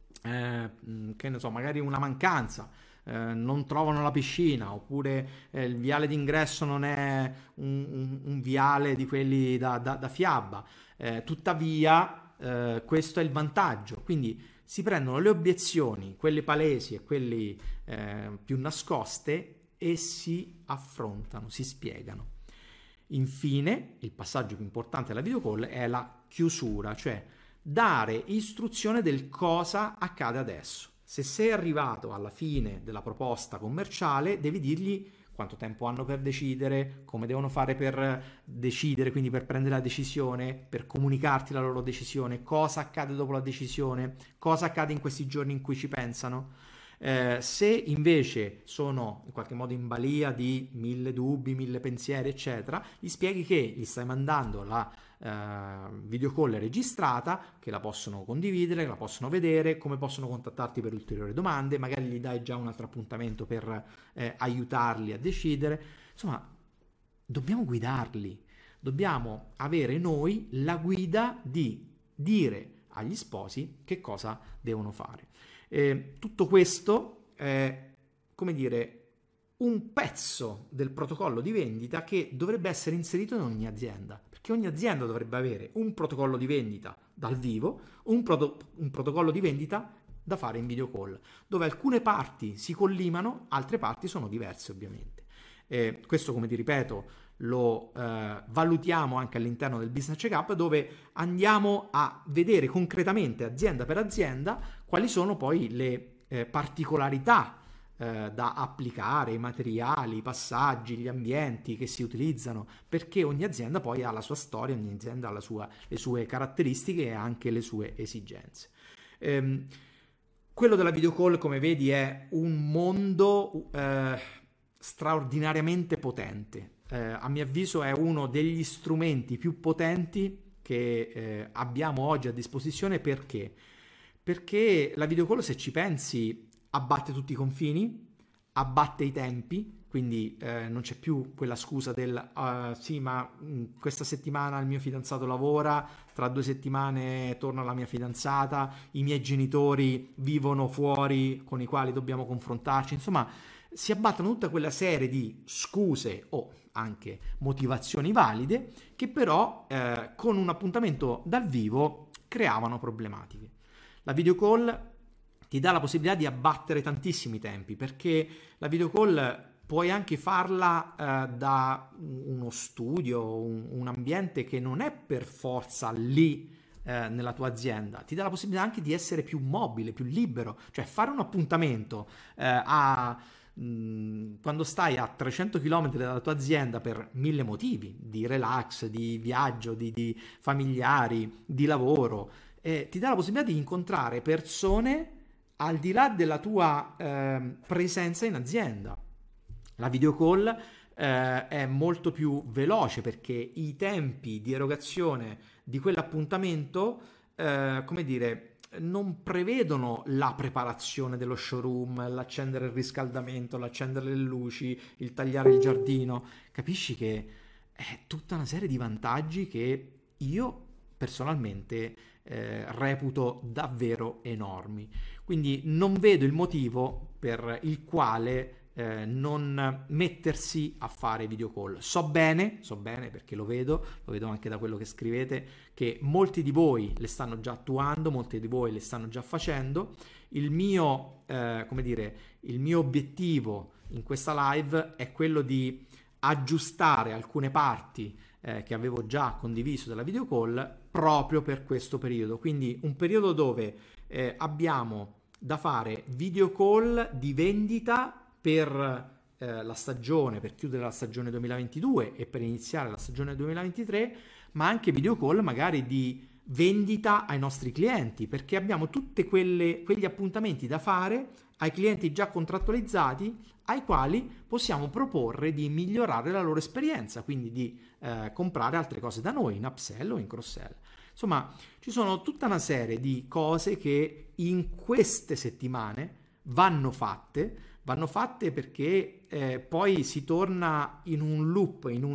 che ne so, magari una mancanza. Non trovano la piscina, oppure il viale d'ingresso non è un viale di quelli da fiaba. Tuttavia, questo è il vantaggio. Quindi si prendono le obiezioni, quelle palesi e quelle più nascoste, e si affrontano, si spiegano. Infine, il passaggio più importante della video call è la chiusura, cioè dare istruzione del cosa accade adesso. Se sei arrivato alla fine della proposta commerciale, devi dirgli quanto tempo hanno per decidere, come devono fare per decidere, quindi per prendere la decisione, per comunicarti la loro decisione, cosa accade dopo la decisione, cosa accade in questi giorni in cui ci pensano. Se invece sono in qualche modo in balia di 1000 dubbi, 1000 pensieri, eccetera, gli spieghi che gli stai mandando la video call registrata, che la possono condividere, che la possono vedere, come possono contattarti per ulteriori domande, magari gli dai già un altro appuntamento per aiutarli a decidere. Insomma, dobbiamo guidarli, dobbiamo avere noi la guida di dire agli sposi che cosa devono fare. Tutto questo è, come dire, un pezzo del protocollo di vendita che dovrebbe essere inserito in ogni azienda, perché ogni azienda dovrebbe avere un protocollo di vendita dal vivo, un protocollo di vendita da fare in video call, dove alcune parti si collimano, altre parti sono diverse ovviamente. Questo, come ti ripeto, lo valutiamo anche all'interno del business check-up, dove andiamo a vedere concretamente, azienda per azienda, quali sono poi le particolarità da applicare, i materiali, i passaggi, gli ambienti che si utilizzano, perché ogni azienda poi ha la sua storia, ogni azienda ha le sue caratteristiche e anche le sue esigenze. Quello della video call, come vedi, è un mondo straordinariamente potente. A mio avviso è uno degli strumenti più potenti che abbiamo oggi a disposizione. Perché la video call, se ci pensi, abbatte tutti i confini, abbatte i tempi, quindi non c'è più quella scusa del sì, ma questa settimana il mio fidanzato lavora, tra 2 settimane torna la mia fidanzata, i miei genitori vivono fuori con i quali dobbiamo confrontarci. Insomma, si abbattono tutta quella serie di scuse o anche motivazioni valide, che però con un appuntamento dal vivo creavano problematiche. La video call ti dà la possibilità di abbattere tantissimi tempi, perché la video call puoi anche farla da uno studio, un ambiente che non è per forza lì nella tua azienda. Ti dà la possibilità anche di essere più mobile, più libero, cioè fare un appuntamento quando stai a 300 km dalla tua azienda per 1000 motivi, di relax, di viaggio, di familiari, di lavoro, ti dà la possibilità di incontrare persone al di là della tua presenza in azienda. La video call è molto più veloce, perché i tempi di erogazione di quell'appuntamento, come dire, non prevedono la preparazione dello showroom, l'accendere il riscaldamento, l'accendere le luci, il tagliare il giardino. Capisci che è tutta una serie di vantaggi che io personalmente reputo davvero enormi. Quindi non vedo il motivo per il quale non mettersi a fare video call. So bene perché lo vedo anche da quello che scrivete, che molti di voi le stanno già attuando, molti di voi le stanno già facendo. Il mio obiettivo in questa live è quello di aggiustare alcune parti che avevo già condiviso della video call proprio per questo periodo. Quindi un periodo dove abbiamo da fare video call di vendita per la stagione, per chiudere la stagione 2022 e per iniziare la stagione 2023, ma anche video call magari di vendita ai nostri clienti, perché abbiamo tutti quegli appuntamenti da fare ai clienti già contrattualizzati, ai quali possiamo proporre di migliorare la loro esperienza, quindi di comprare altre cose da noi in upsell o in cross-sell. Insomma, ci sono tutta una serie di cose che in queste settimane vanno fatte perché poi si torna in un loop, in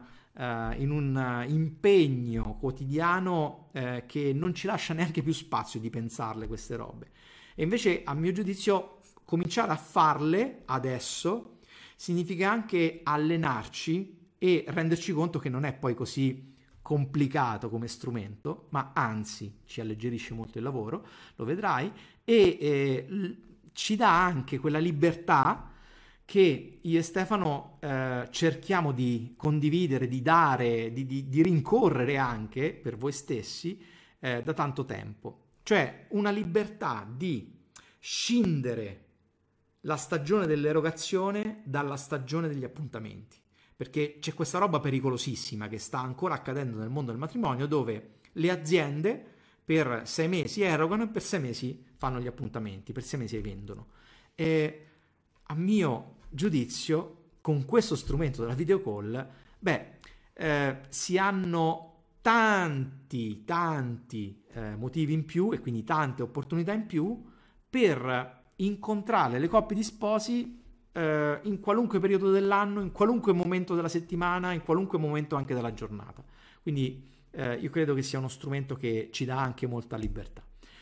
un impegno quotidiano che non ci lascia neanche più spazio di pensarle queste robe. E invece, a mio giudizio, cominciare a farle adesso significa anche allenarci e renderci conto che non è poi così complicato come strumento, ma anzi ci alleggerisce molto il lavoro, lo vedrai, e ci dà anche quella libertà che io e Stefano cerchiamo di condividere, di dare, di rincorrere anche per voi stessi da tanto tempo. Cioè una libertà di scindere la stagione dell'erogazione dalla stagione degli appuntamenti. Perché c'è questa roba pericolosissima che sta ancora accadendo nel mondo del matrimonio, dove le aziende per 6 mesi erogano e per 6 mesi fanno gli appuntamenti, per 6 mesi vendono. E a mio giudizio, con questo strumento della video call, si hanno tanti motivi in più e quindi tante opportunità in più per incontrare le coppie di sposi in qualunque periodo dell'anno, in qualunque momento della settimana, in qualunque momento anche della giornata. Quindi io credo che sia uno strumento che ci dà anche molta libertà.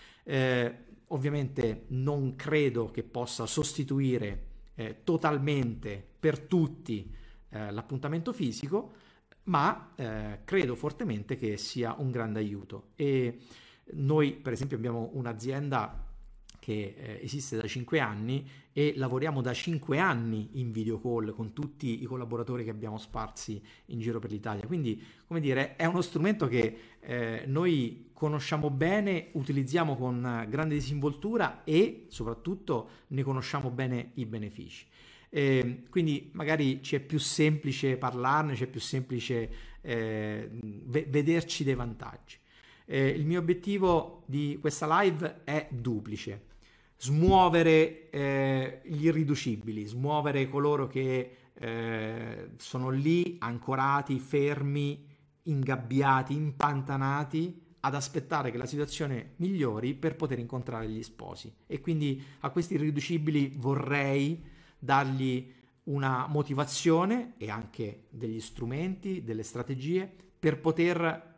Ovviamente non credo che possa sostituire totalmente per tutti l'appuntamento fisico, ma credo fortemente che sia un grande aiuto. E noi, per esempio, abbiamo un'azienda che esiste da 5 anni e lavoriamo da 5 anni in video call con tutti i collaboratori che abbiamo sparsi in giro per l'Italia. Quindi, come dire, è uno strumento che noi conosciamo bene, utilizziamo con grande disinvoltura e soprattutto ne conosciamo bene i benefici. Quindi magari ci è più semplice parlarne, c'è più semplice vederci dei vantaggi. Il mio obiettivo di questa live è duplice: smuovere gli irriducibili, smuovere coloro che sono lì ancorati, fermi, ingabbiati, impantanati ad aspettare che la situazione migliori per poter incontrare gli sposi. E quindi a questi irriducibili vorrei dargli una motivazione e anche degli strumenti, delle strategie per poter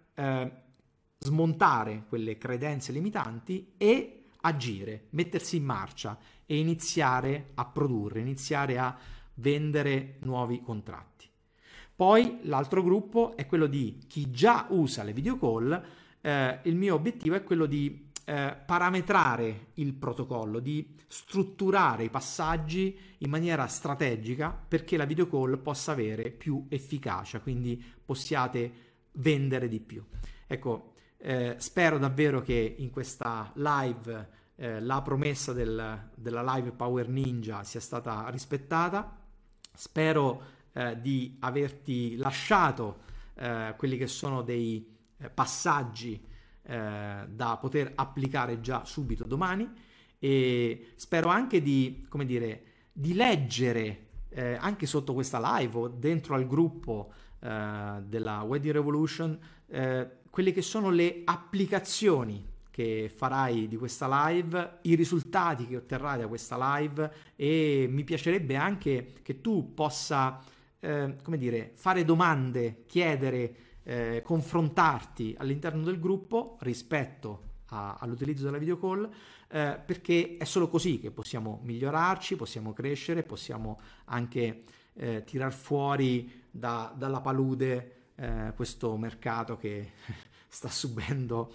smontare quelle credenze limitanti e agire, mettersi in marcia e iniziare a produrre, iniziare a vendere nuovi contratti. Poi l'altro gruppo è quello di chi già usa le video call. Il mio obiettivo è quello di parametrare il protocollo, di strutturare i passaggi in maniera strategica perché la video call possa avere più efficacia, quindi possiate vendere di più. Ecco, spero davvero che in questa live la promessa della live Power Ninja sia stata rispettata. Spero di averti lasciato quelli che sono dei passaggi da poter applicare già subito domani, e spero anche di, come dire, di leggere anche sotto questa live o dentro al gruppo della Wedding Revolution quelle che sono le applicazioni che farai di questa live, i risultati che otterrai da questa live, e mi piacerebbe anche che tu possa come dire, fare domande, chiedere, confrontarti all'interno del gruppo rispetto all'utilizzo della video call, perché è solo così che possiamo migliorarci, possiamo crescere, possiamo anche tirar fuori dalla palude questo mercato che sta subendo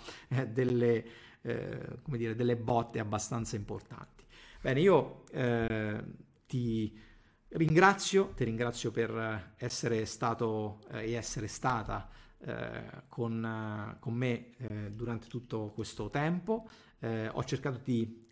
come dire, delle botte abbastanza importanti. Bene, io ti ringrazio per essere stato e essere stata con me durante tutto questo tempo. Ho cercato di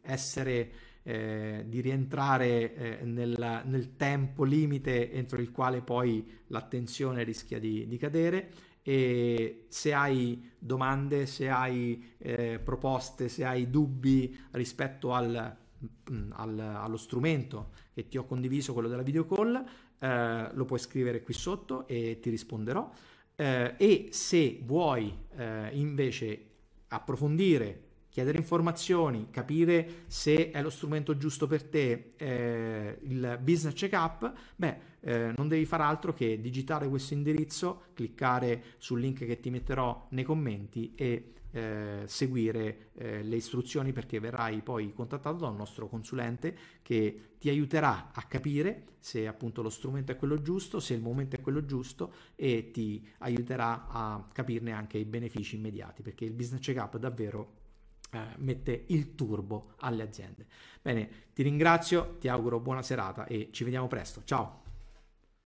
rientrare nel tempo limite entro il quale poi l'attenzione rischia di cadere, e se hai domande, se hai proposte, se hai dubbi rispetto allo strumento che ti ho condiviso, quello della video call, lo puoi scrivere qui sotto e ti risponderò. E se vuoi invece approfondire, chiedere informazioni, capire se è lo strumento giusto per te, il business checkup, non devi fare altro che digitare questo indirizzo, cliccare sul link che ti metterò nei commenti e seguire le istruzioni, perché verrai poi contattato da un nostro consulente che ti aiuterà a capire se appunto lo strumento è quello giusto, se il momento è quello giusto, e ti aiuterà a capirne anche i benefici immediati, perché il business checkup davvero mette il turbo alle aziende. Bene, ti ringrazio, ti auguro buona serata e ci vediamo presto. Ciao!